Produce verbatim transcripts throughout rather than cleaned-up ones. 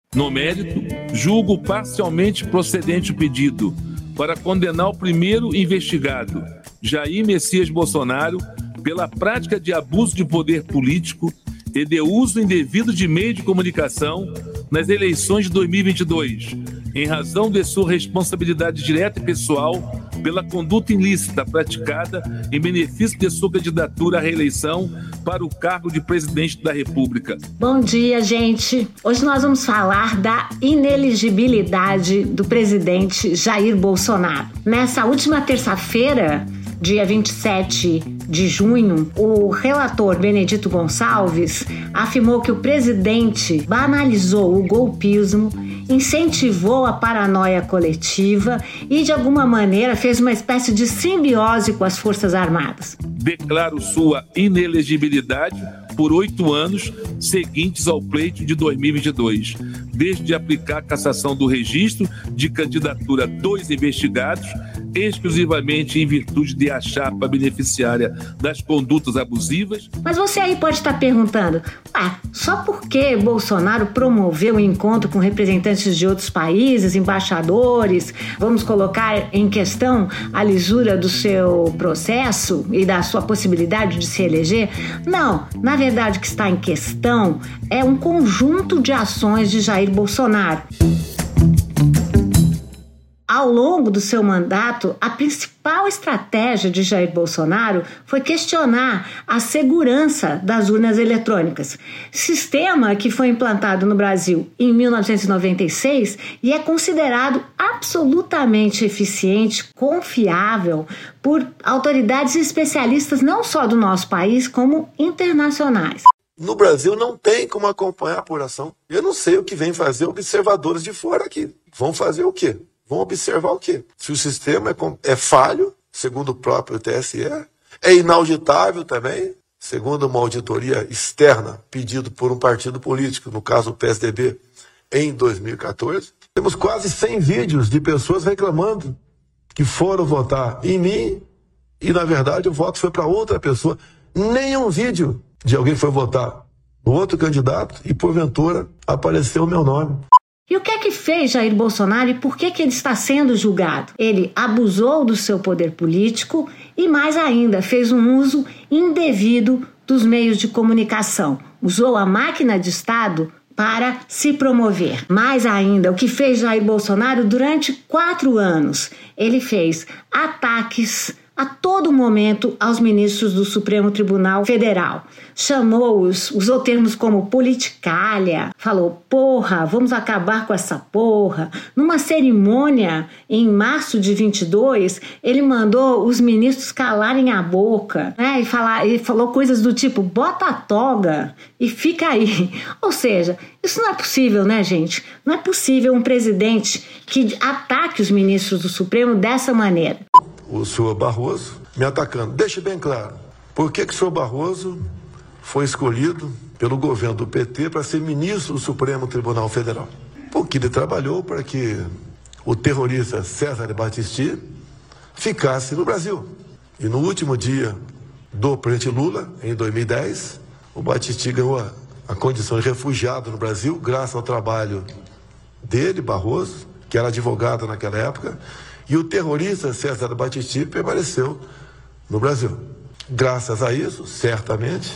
No mérito, julgo parcialmente procedente o pedido para condenar o primeiro investigado, Jair Messias Bolsonaro, pela prática de abuso de poder político e de uso indevido de meio de comunicação nas eleições de dois mil e vinte e dois, em razão de sua responsabilidade direta e pessoal pela conduta ilícita praticada em benefício de sua candidatura à reeleição para o cargo de presidente da República. Bom dia, gente. Hoje nós vamos falar da inelegibilidade do presidente Jair Bolsonaro. Nessa última terça-feira, dia vinte e sete de junho, o relator Benedito Gonçalves afirmou que o presidente banalizou o golpismo, incentivou a paranoia coletiva e, de alguma maneira, fez uma espécie de simbiose com as Forças Armadas. Declaro sua inelegibilidade por oito anos seguintes ao pleito de dois mil e vinte e dois, desde aplicar a cassação do registro de candidatura dos investigados, exclusivamente em virtude de a chapa beneficiária das condutas abusivas. Mas você aí pode estar perguntando, ah, só porque Bolsonaro promoveu um encontro com representantes de outros países, embaixadores, vamos colocar em questão a lisura do seu processo e da sua possibilidade de se eleger? Não, na verdade o que está em questão é um conjunto de ações de Jair Bolsonaro. Ao longo do seu mandato, a principal estratégia de Jair Bolsonaro foi questionar a segurança das urnas eletrônicas, sistema que foi implantado no Brasil em mil novecentos e noventa e seis e é considerado absolutamente eficiente, confiável por autoridades e especialistas não só do nosso país, como internacionais. No Brasil não tem como acompanhar a apuração. Eu não sei o que vem fazer observadores de fora aqui. Vão fazer o quê? Vão observar o quê? Se o sistema é, é falho, segundo o próprio T S E, é inauditável também, segundo uma auditoria externa pedido por um partido político, no caso o P S D B, em dois mil e quatorze. Temos quase cem vídeos de pessoas reclamando que foram votar em mim e, na verdade, o voto foi para outra pessoa. Nenhum vídeo de alguém foi votar no outro candidato e, porventura, apareceu o meu nome. E o que é que fez Jair Bolsonaro e por que que ele está sendo julgado? Ele abusou do seu poder político e, mais ainda, fez um uso indevido dos meios de comunicação. Usou a máquina de Estado para se promover. Mais ainda, o que fez Jair Bolsonaro durante quatro anos? Ele fez ataques a todo momento aos ministros do Supremo Tribunal Federal. Chamou-os, usou termos como politicalha, falou, porra, vamos acabar com essa porra. Numa cerimônia em março de vinte e dois, ele mandou os ministros calarem a boca, né? E, falar, e falou coisas do tipo, bota a toga e fica aí. Ou seja, isso não é possível, né, gente? Não é possível um presidente que ataque os ministros do Supremo dessa maneira. O senhor Barroso me atacando. Deixe bem claro, por que que o senhor Barroso foi escolhido pelo governo do P T para ser ministro do Supremo Tribunal Federal? Porque ele trabalhou para que o terrorista César Battisti ficasse no Brasil. E no último dia do presidente Lula, em dois mil e dez, o Battisti ganhou a, a condição de refugiado no Brasil, graças ao trabalho dele, Barroso, que era advogado naquela época, e o terrorista César Battisti permaneceu no Brasil. Graças a isso, certamente,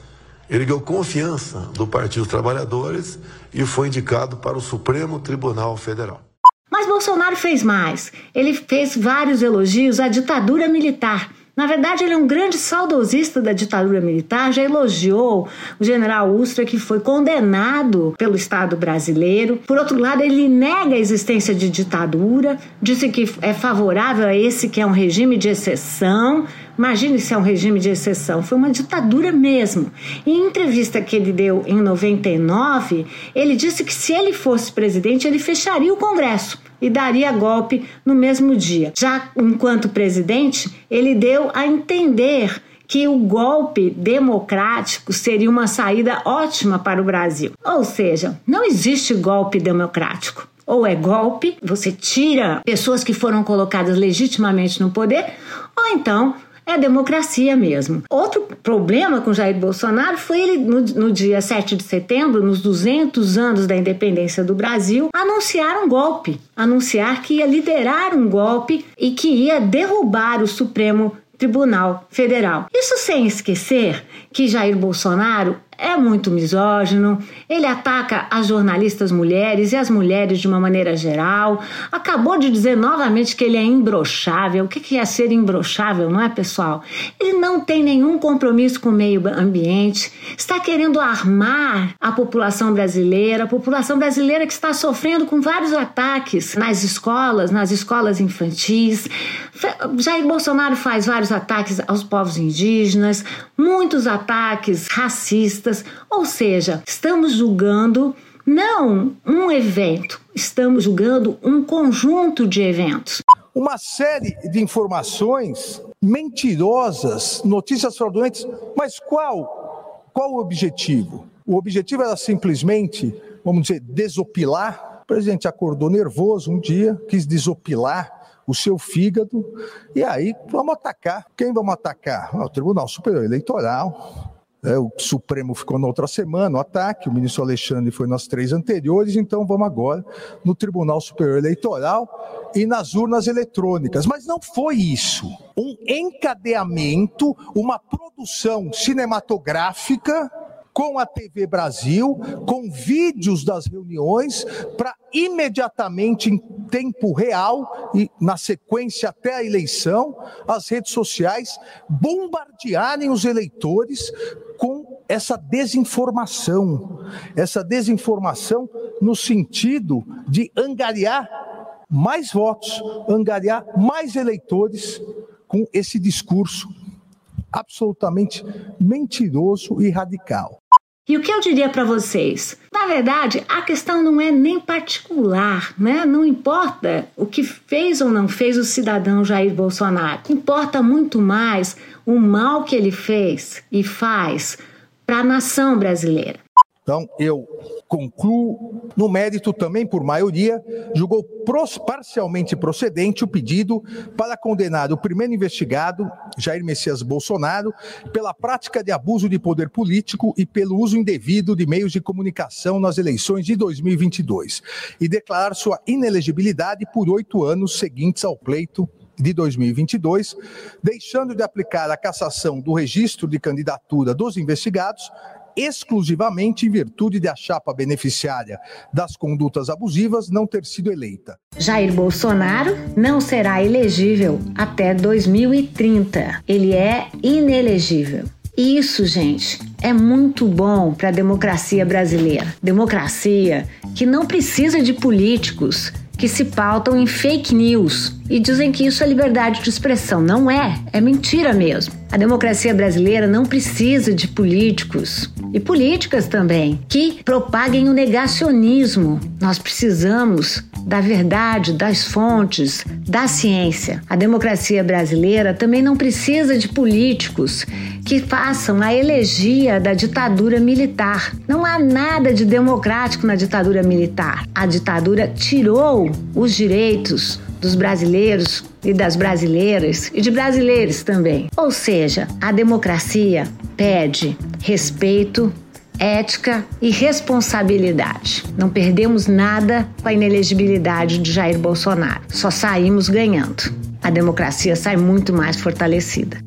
ele ganhou confiança do Partido dos Trabalhadores e foi indicado para o Supremo Tribunal Federal. Mas Bolsonaro fez mais. Ele fez vários elogios à ditadura militar. Na verdade, ele é um grande saudosista da ditadura militar, já elogiou o general Ustra, que foi condenado pelo Estado brasileiro. Por outro lado, ele nega a existência de ditadura, disse que é favorável a esse que é um regime de exceção. Imagine se é um regime de exceção, foi uma ditadura mesmo. Em entrevista que ele deu em noventa e nove, ele disse que se ele fosse presidente, ele fecharia o Congresso e daria golpe no mesmo dia. Já enquanto presidente, ele deu a entender que o golpe democrático seria uma saída ótima para o Brasil. Ou seja, não existe golpe democrático. Ou é golpe, você tira pessoas que foram colocadas legitimamente no poder, ou então É democracia mesmo. Outro problema com Jair Bolsonaro foi ele, no, no dia sete de setembro, nos duzentos anos da independência do Brasil, anunciar um golpe. Anunciar que ia liderar um golpe e que ia derrubar o Supremo Tribunal Federal. Isso sem esquecer que Jair Bolsonaro é muito misógino, ele ataca as jornalistas mulheres e as mulheres de uma maneira geral. Acabou de dizer novamente que ele é imbrochável. O que é ser imbrochável, não é, pessoal? Ele não tem nenhum compromisso com o meio ambiente, está querendo armar a população brasileira, a população brasileira que está sofrendo com vários ataques nas escolas, nas escolas infantis. Jair Bolsonaro faz vários ataques aos povos indígenas, muitos ataques racistas. Ou seja, estamos julgando não um evento, estamos julgando um conjunto de eventos. Uma série de informações mentirosas, notícias fraudulentas, mas qual, qual o objetivo? O objetivo era simplesmente, vamos dizer, desopilar. O presidente acordou nervoso um dia, quis desopilar o seu fígado, e aí vamos atacar. Quem vamos atacar? Ah, o Tribunal Superior Eleitoral. É, o Supremo ficou na outra semana, o ataque, o ministro Alexandre foi nas três anteriores, então vamos agora no Tribunal Superior Eleitoral e nas urnas eletrônicas. Mas não foi isso. Um encadeamento, uma produção cinematográfica com a T V Brasil, com vídeos das reuniões, para imediatamente, em tempo real, e na sequência até a eleição, as redes sociais bombardearem os eleitores com essa desinformação. Essa desinformação no sentido de angariar mais votos, angariar mais eleitores com esse discurso absolutamente mentiroso e radical. E o que eu diria para vocês? Na verdade, a questão não é nem particular, né? Não importa o que fez ou não fez o cidadão Jair Bolsonaro. Importa muito mais o mal que ele fez e faz para a nação brasileira. Então, eu concluo, no mérito também por maioria, julgou parcialmente procedente o pedido para condenar o primeiro investigado, Jair Messias Bolsonaro, pela prática de abuso de poder político e pelo uso indevido de meios de comunicação nas eleições de dois mil e vinte e dois, e declarar sua inelegibilidade por oito anos seguintes ao pleito de dois mil e vinte e dois, deixando de aplicar a cassação do registro de candidatura dos investigados, exclusivamente em virtude de a chapa beneficiária das condutas abusivas não ter sido eleita. Jair Bolsonaro não será elegível até dois mil e trinta. Ele é inelegível. Isso, gente, é muito bom para a democracia brasileira. Democracia que não precisa de políticos que se pautam em fake news e dizem que isso é liberdade de expressão. Não é, é mentira mesmo. A democracia brasileira não precisa de políticos e políticas também que propaguem o negacionismo. Nós precisamos da verdade, das fontes, da ciência. A democracia brasileira também não precisa de políticos que façam a elegia da ditadura militar. Não há nada de democrático na ditadura militar. A ditadura tirou os direitos dos brasileiros e das brasileiras e de brasileiros também. Ou seja, a democracia pede respeito, ética e responsabilidade. Não perdemos nada com a inelegibilidade de Jair Bolsonaro. Só saímos ganhando. A democracia sai muito mais fortalecida.